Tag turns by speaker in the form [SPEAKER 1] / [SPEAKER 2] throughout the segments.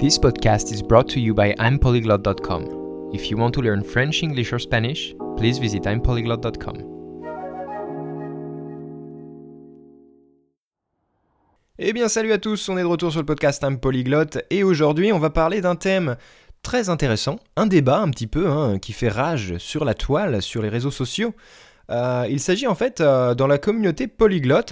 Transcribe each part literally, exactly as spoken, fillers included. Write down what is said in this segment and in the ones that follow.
[SPEAKER 1] This podcast is brought to you by I'm Polyglot dot com. If you want to learn French, English or Spanish, please visit I'm Polyglot dot com. Eh bien salut à tous, on est de retour sur le podcast I'm Polyglot et aujourd'hui on va parler d'un thème très intéressant, un débat un petit peu hein, qui fait rage sur la toile, sur les réseaux sociaux. Euh, il s'agit en fait euh, dans la communauté polyglotte,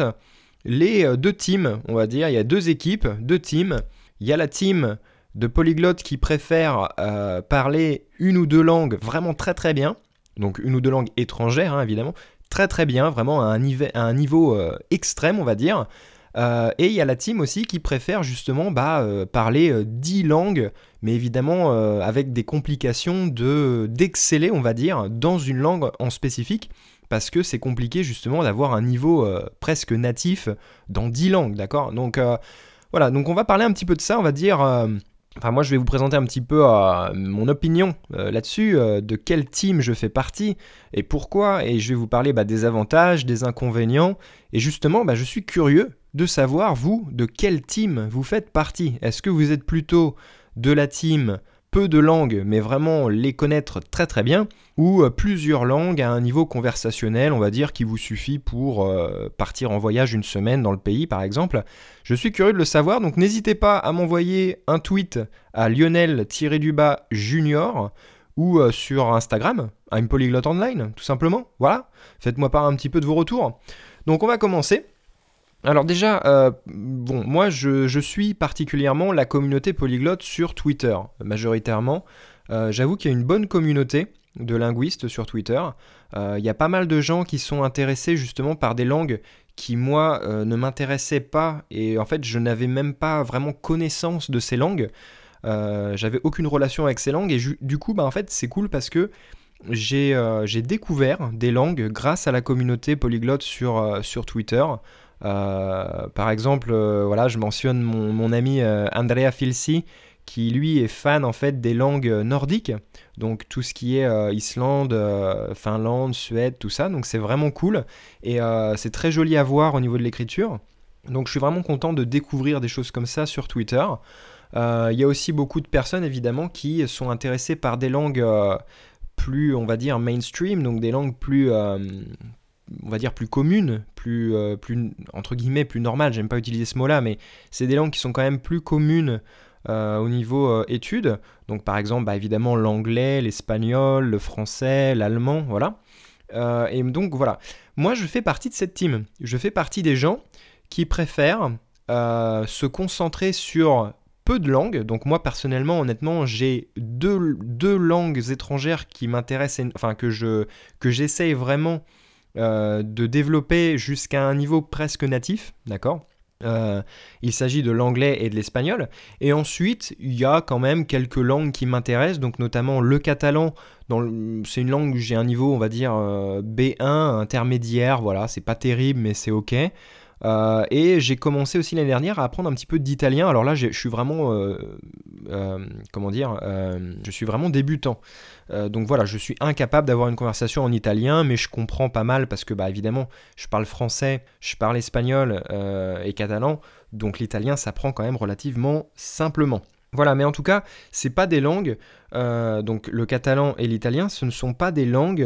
[SPEAKER 1] les euh, deux teams, on va dire, il y a deux équipes, deux teams. Il y a la team de polyglottes qui préfère euh, parler une ou deux langues vraiment très très bien, donc une ou deux langues étrangères hein, évidemment, très très bien, vraiment à un, nive- à un niveau euh, extrême on va dire. Euh, et il y a la team aussi qui préfère justement bah, euh, parler euh, dix langues, mais évidemment euh, avec des complications de, d'exceller, on va dire, dans une langue en spécifique, parce que c'est compliqué justement d'avoir un niveau euh, presque natif dans dix langues, d'accord ? Donc euh, voilà, donc on va parler un petit peu de ça, on va dire... Euh, Enfin, moi, je vais vous présenter un petit peu euh, mon opinion euh, là-dessus, euh, de quel team je fais partie et pourquoi. Et je vais vous parler bah, des avantages, des inconvénients. Et justement, bah, je suis curieux de savoir, vous, de quel team vous faites partie. Est-ce que vous êtes plutôt de la team peu de langues, mais vraiment les connaître très très bien, ou euh, plusieurs langues à un niveau conversationnel, on va dire, qui vous suffit pour euh, partir en voyage une semaine dans le pays, par exemple. Je suis curieux de le savoir, donc n'hésitez pas à m'envoyer un tweet à Lionel-du-bas Junior ou euh, sur Instagram, I'm Polyglot Online, tout simplement. Voilà, faites-moi part un petit peu de vos retours. Donc on va commencer. Alors déjà, euh, bon, moi je, je suis particulièrement la communauté polyglotte sur Twitter, majoritairement. Euh, j'avoue qu'il y a une bonne communauté de linguistes sur Twitter. Euh, il y a pas mal de gens qui sont intéressés justement par des langues qui, moi, euh, ne m'intéressaient pas. Et en fait, je n'avais même pas vraiment connaissance de ces langues. Euh, j'avais aucune relation avec ces langues. Et ju- du coup, bah, en fait, c'est cool parce que j'ai, euh, j'ai découvert des langues grâce à la communauté polyglotte sur, euh, sur Twitter. Euh, par exemple, euh, voilà, je mentionne mon, mon ami euh, Andrea Filsi, qui lui est fan en fait des langues nordiques, donc tout ce qui est euh, Islande, euh, Finlande, Suède, tout ça, donc c'est vraiment cool, et euh, c'est très joli à voir au niveau de l'écriture, donc je suis vraiment content de découvrir des choses comme ça sur Twitter. Euh, il y a aussi beaucoup de personnes évidemment qui sont intéressées par des langues euh, plus, on va dire, mainstream, donc des langues plus... Euh, on va dire plus communes, plus, euh, plus, entre guillemets, plus normales, j'aime pas utiliser ce mot-là, mais c'est des langues qui sont quand même plus communes euh, au niveau euh, études. Donc par exemple, bah, évidemment, l'anglais, l'espagnol, le français, l'allemand, voilà. Euh, et donc voilà, moi je fais partie de cette team. Je fais partie des gens qui préfèrent euh, se concentrer sur peu de langues. Donc moi personnellement, honnêtement, j'ai deux, deux langues étrangères qui m'intéressent, enfin que, je, que j'essaye vraiment Euh, de développer jusqu'à un niveau presque natif, d'accord ? Euh, il s'agit de l'anglais et de l'espagnol. Et ensuite, il y a quand même quelques langues qui m'intéressent, donc notamment le catalan. Dans le, c'est une langue où j'ai un niveau, on va dire, euh, B un, intermédiaire, voilà, c'est pas terrible, mais c'est ok. Euh, et j'ai commencé aussi l'année dernière à apprendre un petit peu d'italien. Alors là, je suis vraiment, euh, euh, comment dire, euh, je suis vraiment débutant. Euh, donc voilà, je suis incapable d'avoir une conversation en italien, mais je comprends pas mal parce que, bah, évidemment, je parle français, je parle espagnol euh, et catalan, donc l'italien s'apprend quand même relativement simplement. Voilà, mais en tout cas, c'est pas des langues, euh, donc le catalan et l'italien, ce ne sont pas des langues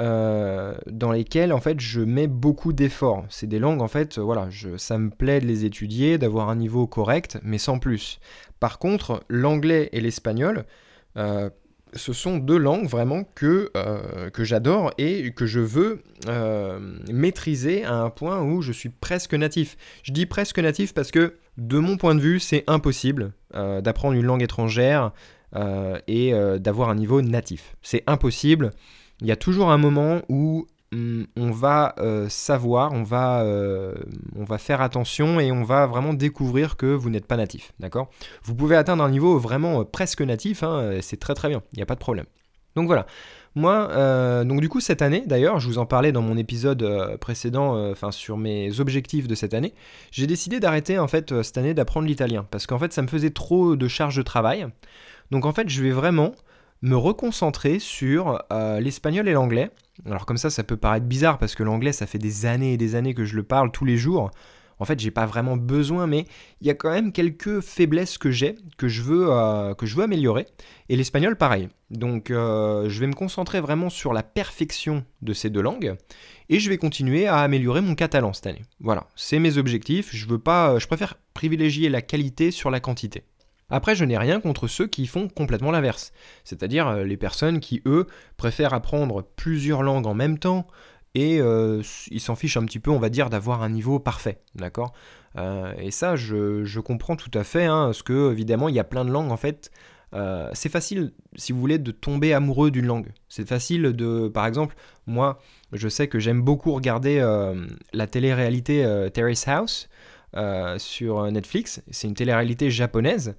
[SPEAKER 1] euh, dans lesquelles en fait je mets beaucoup d'efforts. C'est des langues en fait, euh, voilà, je, ça me plaît de les étudier, d'avoir un niveau correct, mais sans plus. Par contre, l'anglais et l'espagnol, euh, ce sont deux langues vraiment que, euh, que j'adore et que je veux euh, maîtriser à un point où je suis presque natif. Je dis presque natif parce que, de mon point de vue, c'est impossible euh, d'apprendre une langue étrangère euh, et euh, d'avoir un niveau natif. C'est impossible. Il y a toujours un moment où hum, on va euh, savoir, on va, euh, on va faire attention et on va vraiment découvrir que vous n'êtes pas natif, d'accord ? Vous pouvez atteindre un niveau vraiment euh, presque natif, hein, c'est très très bien, il n'y a pas de problème. Donc voilà, moi, euh, donc du coup cette année, d'ailleurs, je vous en parlais dans mon épisode euh, précédent, enfin euh, sur mes objectifs de cette année, j'ai décidé d'arrêter en fait euh, cette année d'apprendre l'italien, parce qu'en fait ça me faisait trop de charge de travail. Donc en fait je vais vraiment me reconcentrer sur euh, l'espagnol et l'anglais. Alors comme ça, ça peut paraître bizarre parce que l'anglais, ça fait des années et des années que je le parle tous les jours. en fait, j'ai pas vraiment besoin, mais il y a quand même quelques faiblesses que j'ai, que je veux, euh, que je veux améliorer. Et l'espagnol, pareil. Donc, euh, je vais me concentrer vraiment sur la perfection de ces deux langues, et je vais continuer à améliorer mon catalan cette année. Voilà, c'est mes objectifs. Je veux pas, je préfère privilégier la qualité sur la quantité. Après, je n'ai rien contre ceux qui font complètement l'inverse, c'est-à-dire euh, les personnes qui, eux, préfèrent apprendre plusieurs langues en même temps, et euh, ils s'en fichent un petit peu, on va dire, d'avoir un niveau parfait, d'accord. Euh, Et ça, je, je comprends tout à fait, hein, parce que, évidemment, il y a plein de langues, en fait. Euh, c'est facile, si vous voulez, de tomber amoureux d'une langue. C'est facile de, par exemple, moi, je sais que j'aime beaucoup regarder euh, la télé-réalité euh, Terrace House euh, sur Netflix. C'est une télé-réalité japonaise.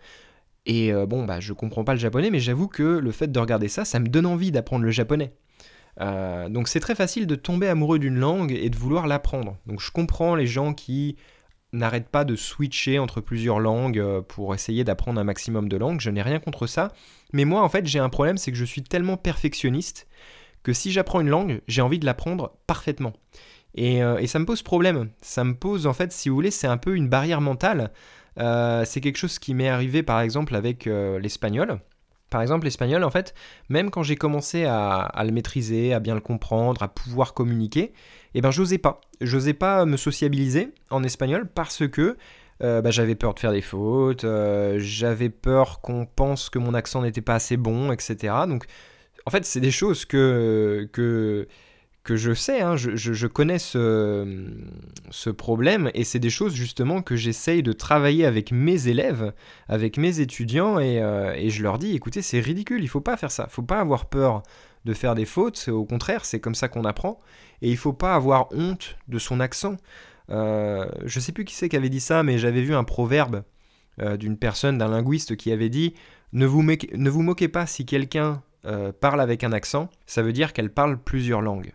[SPEAKER 1] Et euh, bon, bah, je comprends pas le japonais, mais j'avoue que le fait de regarder ça, ça me donne envie d'apprendre le japonais. Euh, donc c'est très facile de tomber amoureux d'une langue et de vouloir l'apprendre. Donc je comprends les gens qui n'arrêtent pas de switcher entre plusieurs langues euh, pour essayer d'apprendre un maximum de langues. Je n'ai rien contre ça. Mais moi, en fait, j'ai un problème, c'est que je suis tellement perfectionniste que si j'apprends une langue, j'ai envie de l'apprendre parfaitement. Et, euh, et ça me pose problème. Ça me pose, en fait, si vous voulez, c'est un peu une barrière mentale. Euh, c'est quelque chose qui m'est arrivé, par exemple, avec euh, l'espagnol. Par exemple, l'espagnol, en fait, même quand j'ai commencé à, à le maîtriser, à bien le comprendre, à pouvoir communiquer, eh ben, j'osais pas. J'osais pas me sociabiliser en espagnol parce que euh, bah, j'avais peur de faire des fautes, euh, j'avais peur qu'on pense que mon accent n'était pas assez bon, et cetera. Donc, en fait, c'est des choses que, que, que je sais, hein, je, je- je connais ce, ce problème, et c'est des choses justement que j'essaye de travailler avec mes élèves, avec mes étudiants, et, euh, et je leur dis, écoutez, c'est ridicule, il faut pas faire ça, il faut pas avoir peur de faire des fautes, c'est- au contraire, c'est comme ça qu'on apprend, et il faut pas avoir honte de son accent. Euh, je sais plus qui c'est qui avait dit ça, mais j'avais vu un proverbe euh, d'une personne, d'un linguiste qui avait dit, ne vous, moquez- ne vous moquez pas si quelqu'un euh, parle avec un accent, ça veut dire qu'elle parle plusieurs langues.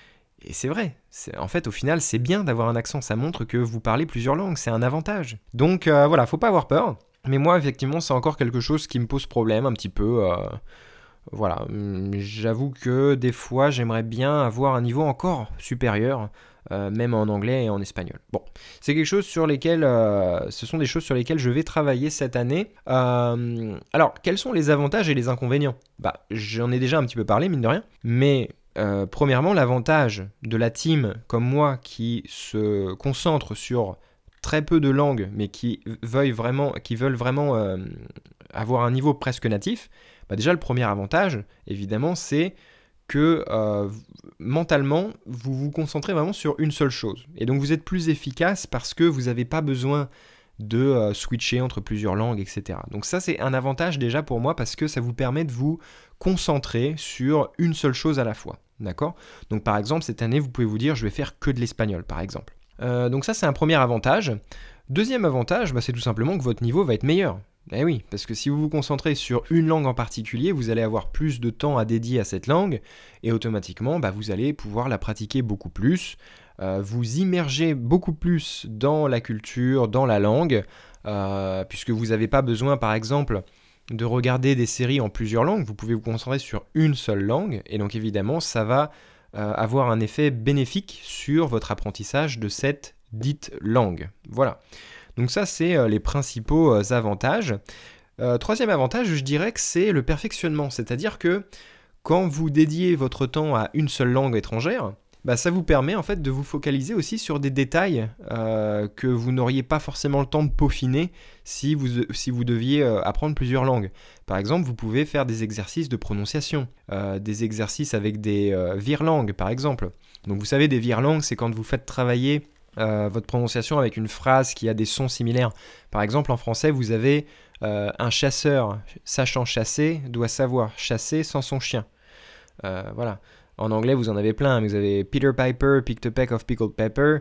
[SPEAKER 1] Et c'est vrai, c'est- en fait au final c'est bien d'avoir un accent, ça montre que vous parlez plusieurs langues, c'est un avantage. Donc euh, voilà, faut pas avoir peur. Mais moi effectivement c'est encore quelque chose qui me pose problème un petit peu. euh, voilà, Hum, j'avoue que des fois j'aimerais bien avoir un niveau encore supérieur, euh, même en anglais et en espagnol. Bon, c'est quelque chose sur lesquels, euh, ce sont des choses sur lesquelles je vais travailler cette année. Euh, alors, quels sont les avantages et les inconvénients? Bah, j'en ai déjà un petit peu parlé, mine de rien, mais euh, premièrement, l'avantage de la team comme moi qui se concentre sur très peu de langues, mais qui veuillent vraiment, qui veulent vraiment euh, avoir un niveau presque natif, bah déjà le premier avantage, évidemment, c'est que euh, mentalement, vous vous concentrez vraiment sur une seule chose. Et donc vous êtes plus efficace parce que vous n'avez pas besoin de euh, switcher entre plusieurs langues, et cetera. Donc ça, c'est un avantage déjà pour moi parce que ça vous permet de vous concentrer sur une seule chose à la fois. D'accord? Donc par exemple, cette année, vous pouvez vous dire, je vais faire que de l'espagnol, par exemple. Euh, donc ça, c'est un premier avantage. Deuxième avantage, bah, c'est tout simplement que votre niveau va être meilleur. Eh oui, parce que si vous vous concentrez sur une langue en particulier, vous allez avoir plus de temps à dédier à cette langue, et automatiquement, bah, vous allez pouvoir la pratiquer beaucoup plus, euh, vous immerger beaucoup plus dans la culture, dans la langue, euh, puisque vous n'avez pas besoin, par exemple, de regarder des séries en plusieurs langues, vous pouvez vous concentrer sur une seule langue, et donc évidemment, ça va euh, avoir un effet bénéfique sur votre apprentissage de cette dite langue. Voilà. Donc ça, c'est euh, les principaux euh, avantages. Euh, troisième avantage, je dirais que c'est le perfectionnement, c'est-à-dire que quand vous dédiez votre temps à une seule langue étrangère, bah, ça vous permet en fait de vous focaliser aussi sur des détails euh, que vous n'auriez pas forcément le temps de peaufiner si vous, si vous deviez euh, apprendre plusieurs langues. Par exemple, vous pouvez faire des exercices de prononciation, euh, des exercices avec des euh, virelangues par exemple. Donc vous savez, des virelangues, c'est quand vous faites travailler euh, votre prononciation avec une phrase qui a des sons similaires. Par exemple, en français, vous avez euh, un chasseur sachant chasser doit savoir chasser sans son chien. Euh, voilà. En anglais, vous en avez plein. Vous avez Peter Piper picked a peck of pickled pepper.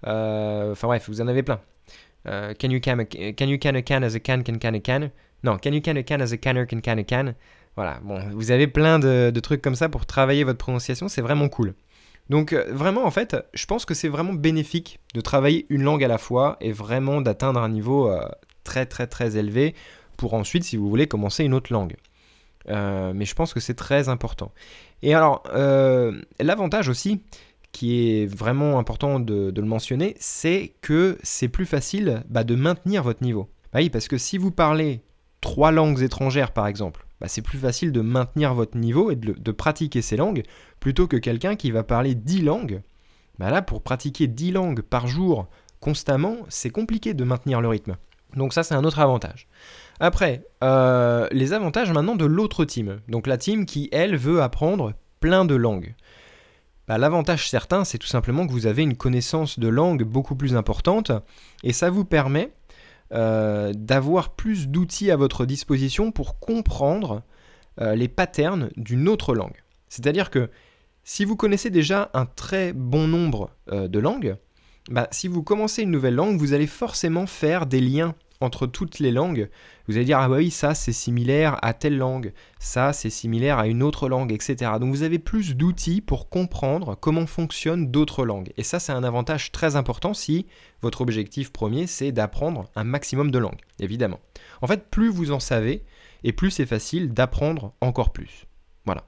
[SPEAKER 1] Euh, Enfin bref, vous en avez plein. Euh, can you can a, can you can a can as a can can can a can? Non, can you can a can as a canner can can a can? Voilà. Bon, vous avez plein de, de trucs comme ça pour travailler votre prononciation. C'est vraiment cool. Donc euh, vraiment, en fait, je pense que c'est vraiment bénéfique de travailler une langue à la fois et vraiment d'atteindre un niveau euh, très très très élevé pour ensuite, si vous voulez, commencer une autre langue. Euh, mais je pense que c'est très important. Et alors, euh, l'avantage aussi, qui est vraiment important de, de le mentionner, c'est que c'est plus facile bah, de maintenir votre niveau. Bah oui, parce que si vous parlez trois langues étrangères par exemple, bah, c'est plus facile de maintenir votre niveau et de, de pratiquer ces langues plutôt que quelqu'un qui va parler dix langues. Bah là, pour pratiquer dix langues par jour constamment, c'est compliqué de maintenir le rythme. Donc ça, c'est un autre avantage. Après, euh, les avantages maintenant de l'autre team. Donc la team qui, elle, veut apprendre plein de langues. Bah, l'avantage certain, c'est tout simplement que vous avez une connaissance de langue beaucoup plus importante et ça vous permet euh, d'avoir plus d'outils à votre disposition pour comprendre euh, les patterns d'une autre langue. C'est-à-dire que si vous connaissez déjà un très bon nombre euh, de langues, bah, si vous commencez une nouvelle langue, vous allez forcément faire des liens entre toutes les langues. Vous allez dire, ah bah oui, ça c'est similaire à telle langue, ça c'est similaire à une autre langue, et cetera. Donc vous avez plus d'outils pour comprendre comment fonctionnent d'autres langues. Et ça, c'est un avantage très important si votre objectif premier, c'est d'apprendre un maximum de langues, évidemment. En fait, plus vous en savez, et plus c'est facile d'apprendre encore plus. Voilà.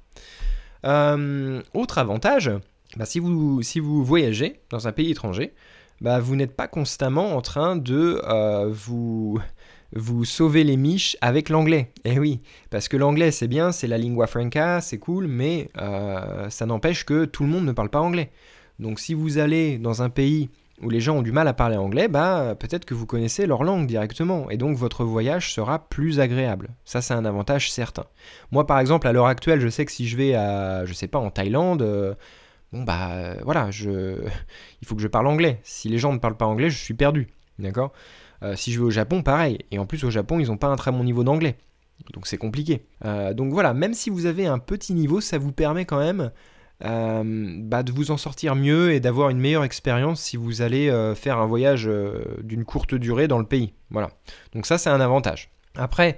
[SPEAKER 1] Euh, autre avantage, bah si, vous, si vous voyagez dans un pays étranger, bah vous n'êtes pas constamment en train de euh, vous, vous sauver les miches avec l'anglais. Eh oui, parce que l'anglais c'est bien, c'est la lingua franca, c'est cool, mais euh, ça n'empêche que tout le monde ne parle pas anglais. Donc si vous allez dans un pays où les gens ont du mal à parler anglais, bah peut-être que vous connaissez leur langue directement, et donc votre voyage sera plus agréable. Ça c'est un avantage certain. Moi par exemple, à l'heure actuelle, je sais que si je vais à, je sais pas, en Thaïlande... Euh, Bon bah euh, voilà, je... il faut que je parle anglais. Si les gens ne parlent pas anglais, je suis perdu, d'accord euh, Si je vais au Japon, pareil. Et en plus au Japon, ils n'ont pas un très bon niveau d'anglais. Donc c'est compliqué. Euh, donc voilà, même si vous avez un petit niveau, ça vous permet quand même euh, bah, de vous en sortir mieux et d'avoir une meilleure expérience si vous allez euh, faire un voyage euh, d'une courte durée dans le pays. Voilà. Donc ça, c'est un avantage. Après,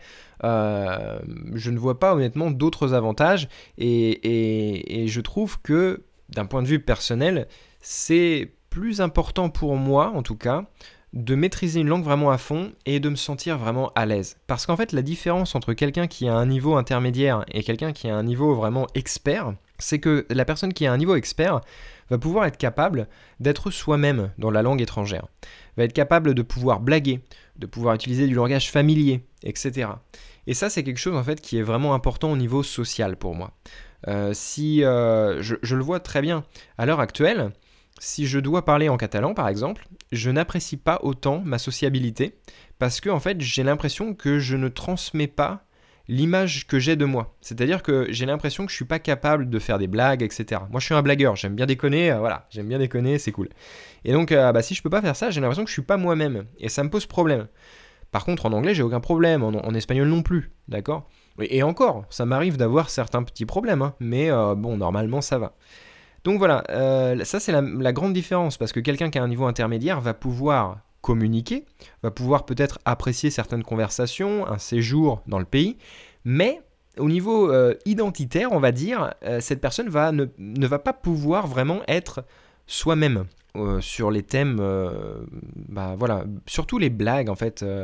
[SPEAKER 1] euh, je ne vois pas honnêtement d'autres avantages et, et, et je trouve que d'un point de vue personnel, c'est plus important pour moi, en tout cas, de maîtriser une langue vraiment à fond et de me sentir vraiment à l'aise. Parce qu'en fait, la différence entre quelqu'un qui a un niveau intermédiaire et quelqu'un qui a un niveau vraiment expert, c'est que la personne qui a un niveau expert va pouvoir être capable d'être soi-même dans la langue étrangère, va être capable de pouvoir blaguer, de pouvoir utiliser du langage familier, et cetera. Et ça, c'est quelque chose en fait qui est vraiment important au niveau social pour moi. Euh, si euh, je, je le vois très bien à l'heure actuelle, si je dois parler en catalan par exemple, je n'apprécie pas autant ma sociabilité parce que en fait j'ai l'impression que je ne transmets pas l'image que j'ai de moi. C'est-à-dire que j'ai l'impression que je suis pas capable de faire des blagues, et cetera. Moi je suis un blagueur, j'aime bien déconner, euh, voilà, j'aime bien déconner, c'est cool. Et donc euh, bah, si je peux pas faire ça, j'ai l'impression que je suis pas moi-même et ça me pose problème. Par contre en anglais j'ai aucun problème, en, en espagnol non plus, d'accord ? Et encore, ça m'arrive d'avoir certains petits problèmes, hein, mais euh, bon, normalement ça va. Donc voilà, euh, ça c'est la, la grande différence, parce que quelqu'un qui a un niveau intermédiaire va pouvoir communiquer, va pouvoir peut-être apprécier certaines conversations, un séjour dans le pays, mais au niveau euh, identitaire, on va dire, euh, cette personne va, ne, ne va pas pouvoir vraiment être soi-même euh, sur les thèmes, euh, bah voilà, surtout les blagues en fait. Euh,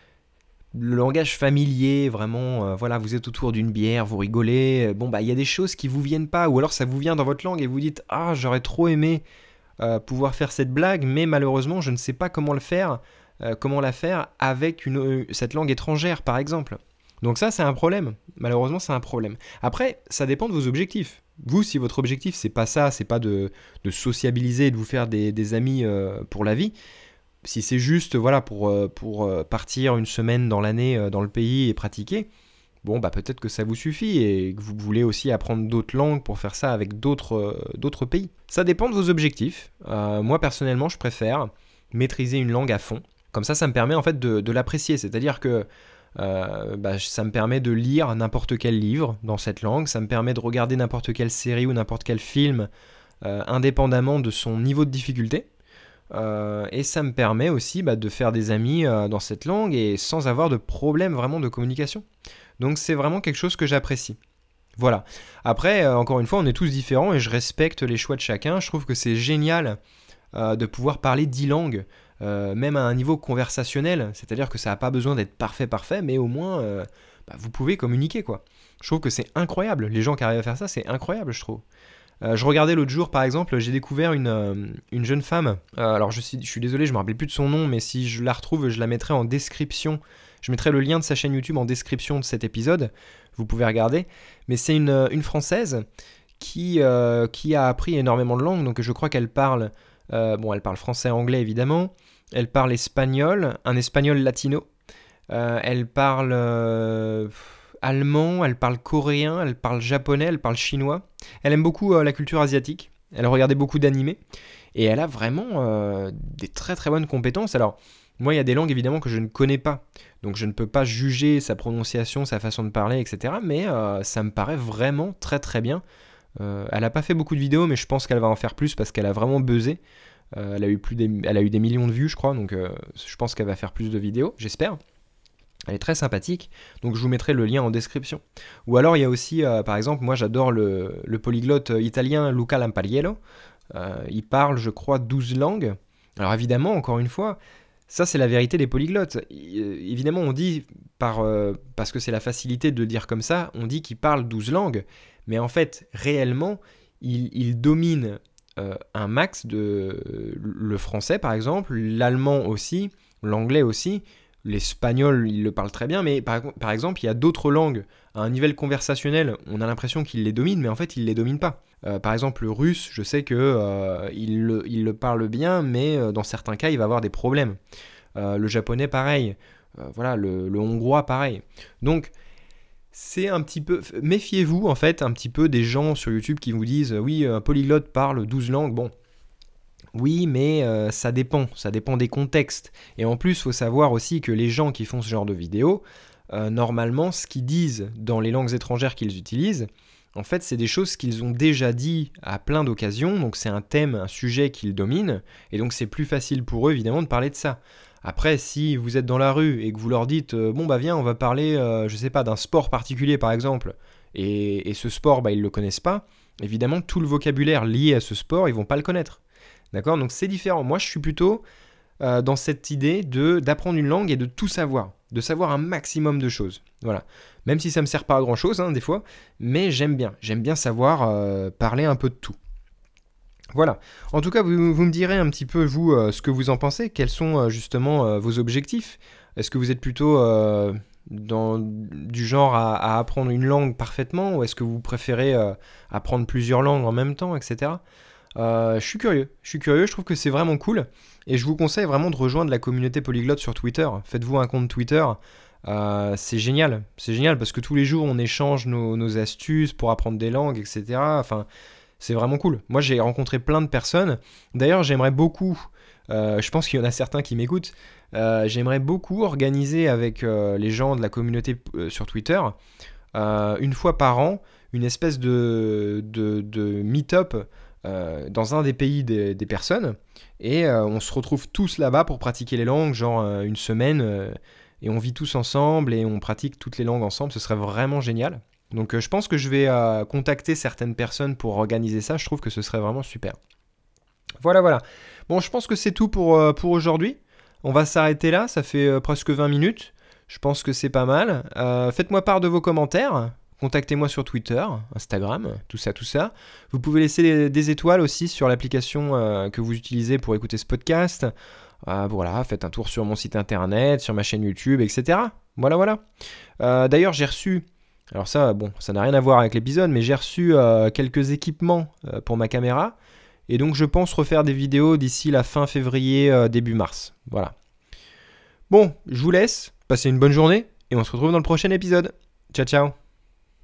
[SPEAKER 1] le langage familier, vraiment, euh, voilà, vous êtes autour d'une bière, vous rigolez, euh, bon bah il y a des choses qui vous viennent pas, ou alors ça vous vient dans votre langue et vous dites ah j'aurais trop aimé euh, pouvoir faire cette blague, mais malheureusement je ne sais pas comment le faire, euh, comment la faire avec une, euh, cette langue étrangère par exemple. Donc ça c'est un problème, malheureusement c'est un problème. Après ça dépend de vos objectifs. Vous si votre objectif c'est pas ça, c'est pas de, de sociabiliser, de vous faire des, des amis euh, pour la vie. Si c'est juste voilà, pour, pour partir une semaine dans l'année dans le pays et pratiquer, bon bah peut-être que ça vous suffit et que vous voulez aussi apprendre d'autres langues pour faire ça avec d'autres, d'autres pays. Ça dépend de vos objectifs. Euh, moi personnellement je préfère maîtriser une langue à fond. Comme ça ça me permet en fait de, de l'apprécier. C'est-à-dire que euh, bah, ça me permet de lire n'importe quel livre dans cette langue, ça me permet de regarder n'importe quelle série ou n'importe quel film euh, indépendamment de son niveau de difficulté. Euh, et ça me permet aussi bah, de faire des amis euh, dans cette langue et sans avoir de problème vraiment de communication. Donc c'est vraiment quelque chose que j'apprécie. Voilà. Après, euh, encore une fois, on est tous différents et je respecte les choix de chacun. Je trouve que c'est génial euh, de pouvoir parler dix langues, euh, même à un niveau conversationnel. C'est-à-dire que ça n'a pas besoin d'être parfait, parfait, mais au moins, euh, bah, vous pouvez communiquer, quoi. Je trouve que c'est incroyable. Les gens qui arrivent à faire ça, c'est incroyable, je trouve. Euh, je regardais l'autre jour, par exemple, j'ai découvert une, euh, une jeune femme. Euh, alors, je suis, je suis désolé, je me rappelle plus de son nom, mais si je la retrouve, je la mettrai en description. Je mettrai le lien de sa chaîne YouTube en description de cet épisode. Vous pouvez regarder. Mais c'est une, une Française qui, euh, qui a appris énormément de langues. Donc, je crois qu'elle parle... Euh, bon, elle parle français, anglais, évidemment. Elle parle espagnol, un espagnol latino. Euh, elle parle... Euh, allemand, elle parle coréen, elle parle japonais, elle parle chinois. Elle aime beaucoup euh, la culture asiatique. Elle regardait beaucoup d'animés. Et elle a vraiment euh, des très très bonnes compétences. Alors, moi, il y a des langues évidemment que je ne connais pas. Donc, je ne peux pas juger sa prononciation, sa façon de parler, et cetera. Mais euh, ça me paraît vraiment très très bien. Euh, elle n'a pas fait beaucoup de vidéos, mais je pense qu'elle va en faire plus parce qu'elle a vraiment buzzé. Euh, elle, a eu plus des, elle a eu des millions de vues, je crois. Donc, euh, je pense qu'elle va faire plus de vidéos, j'espère. Elle est très sympathique, donc je vous mettrai le lien en description. Ou alors il y a aussi, euh, par exemple, moi j'adore le, le polyglotte italien Luca Lampariello. Euh, il parle, je crois, douze langues. Alors évidemment, encore une fois, ça c'est la vérité des polyglottes. I- euh, évidemment, on dit, par, euh, parce que c'est la facilité de le dire comme ça, on dit qu'il parle douze langues, mais en fait, réellement, il, il domine euh, un max de le français, par exemple, l'allemand aussi, l'anglais aussi. L'espagnol, il le parle très bien, mais par, par exemple, il y a d'autres langues à un niveau conversationnel, on a l'impression qu'il les domine, mais en fait, il les domine pas. Euh, par exemple, le russe, je sais que euh, il, le, il le parle bien, mais euh, dans certains cas, il va avoir des problèmes. Euh, le japonais, pareil. Euh, voilà, le, le hongrois, pareil. Donc, c'est un petit peu... Méfiez-vous, en fait, un petit peu des gens sur YouTube qui vous disent « Oui, un polyglotte parle douze langues. » Bon, oui, mais euh, ça dépend, ça dépend des contextes. Et en plus, il faut savoir aussi que les gens qui font ce genre de vidéos, euh, normalement, ce qu'ils disent dans les langues étrangères qu'ils utilisent, en fait, c'est des choses qu'ils ont déjà dit à plein d'occasions, donc c'est un thème, un sujet qu'ils dominent, et donc c'est plus facile pour eux, évidemment, de parler de ça. Après, si vous êtes dans la rue et que vous leur dites euh, « Bon, bah viens, on va parler, euh, je sais pas, d'un sport particulier, par exemple », et, et ce sport, bah, ils le connaissent pas, évidemment, tout le vocabulaire lié à ce sport, ils vont pas le connaître. D'accord? Donc c'est différent. Moi, je suis plutôt euh, dans cette idée de d'apprendre une langue et de tout savoir, de savoir un maximum de choses. Voilà. Même si ça me sert pas à grand chose, hein, des fois, mais j'aime bien. J'aime bien savoir euh, parler un peu de tout. Voilà. En tout cas, vous, vous me direz un petit peu, vous, euh, ce que vous en pensez. Quels sont euh, justement euh, vos objectifs? Est-ce que vous êtes plutôt euh, dans, du genre à, à apprendre une langue parfaitement ou est-ce que vous préférez euh, apprendre plusieurs langues en même temps, et cetera. Euh, je suis curieux, je suis curieux, je trouve que c'est vraiment cool et je vous conseille vraiment de rejoindre la communauté polyglotte sur Twitter. Faites-vous un compte Twitter, euh, c'est génial, c'est génial parce que tous les jours on échange nos, nos astuces pour apprendre des langues, et cetera. Enfin, c'est vraiment cool. Moi j'ai rencontré plein de personnes. D'ailleurs, j'aimerais beaucoup, euh, je pense qu'il y en a certains qui m'écoutent, euh, j'aimerais beaucoup organiser avec euh, les gens de la communauté euh, sur Twitter, euh, une fois par an, une espèce de, de, de meet-up euh, dans un des pays des, des personnes et euh, on se retrouve tous là-bas pour pratiquer les langues, genre euh, une semaine euh, et on vit tous ensemble et on pratique toutes les langues ensemble, ce serait vraiment génial. Donc euh, je pense que je vais euh, contacter certaines personnes pour organiser ça, je trouve que ce serait vraiment super. Voilà, voilà. Bon, je pense que c'est tout pour, euh, pour aujourd'hui. On va s'arrêter là, ça fait euh, presque vingt minutes. Je pense que c'est pas mal. Euh, faites-moi part de vos commentaires. Contactez-moi sur Twitter, Instagram, tout ça, tout ça. Vous pouvez laisser des, des étoiles aussi sur l'application euh, que vous utilisez pour écouter ce podcast. Euh, voilà, faites un tour sur mon site internet, sur ma chaîne YouTube, et cetera. Voilà, voilà. Euh, d'ailleurs, j'ai reçu... Alors ça, bon, ça n'a rien à voir avec l'épisode, mais j'ai reçu euh, quelques équipements euh, pour ma caméra. Et donc, je pense refaire des vidéos d'ici la fin février, euh, début mars. Voilà. Bon, je vous laisse. Passez une bonne journée et on se retrouve dans le prochain épisode. Ciao, ciao.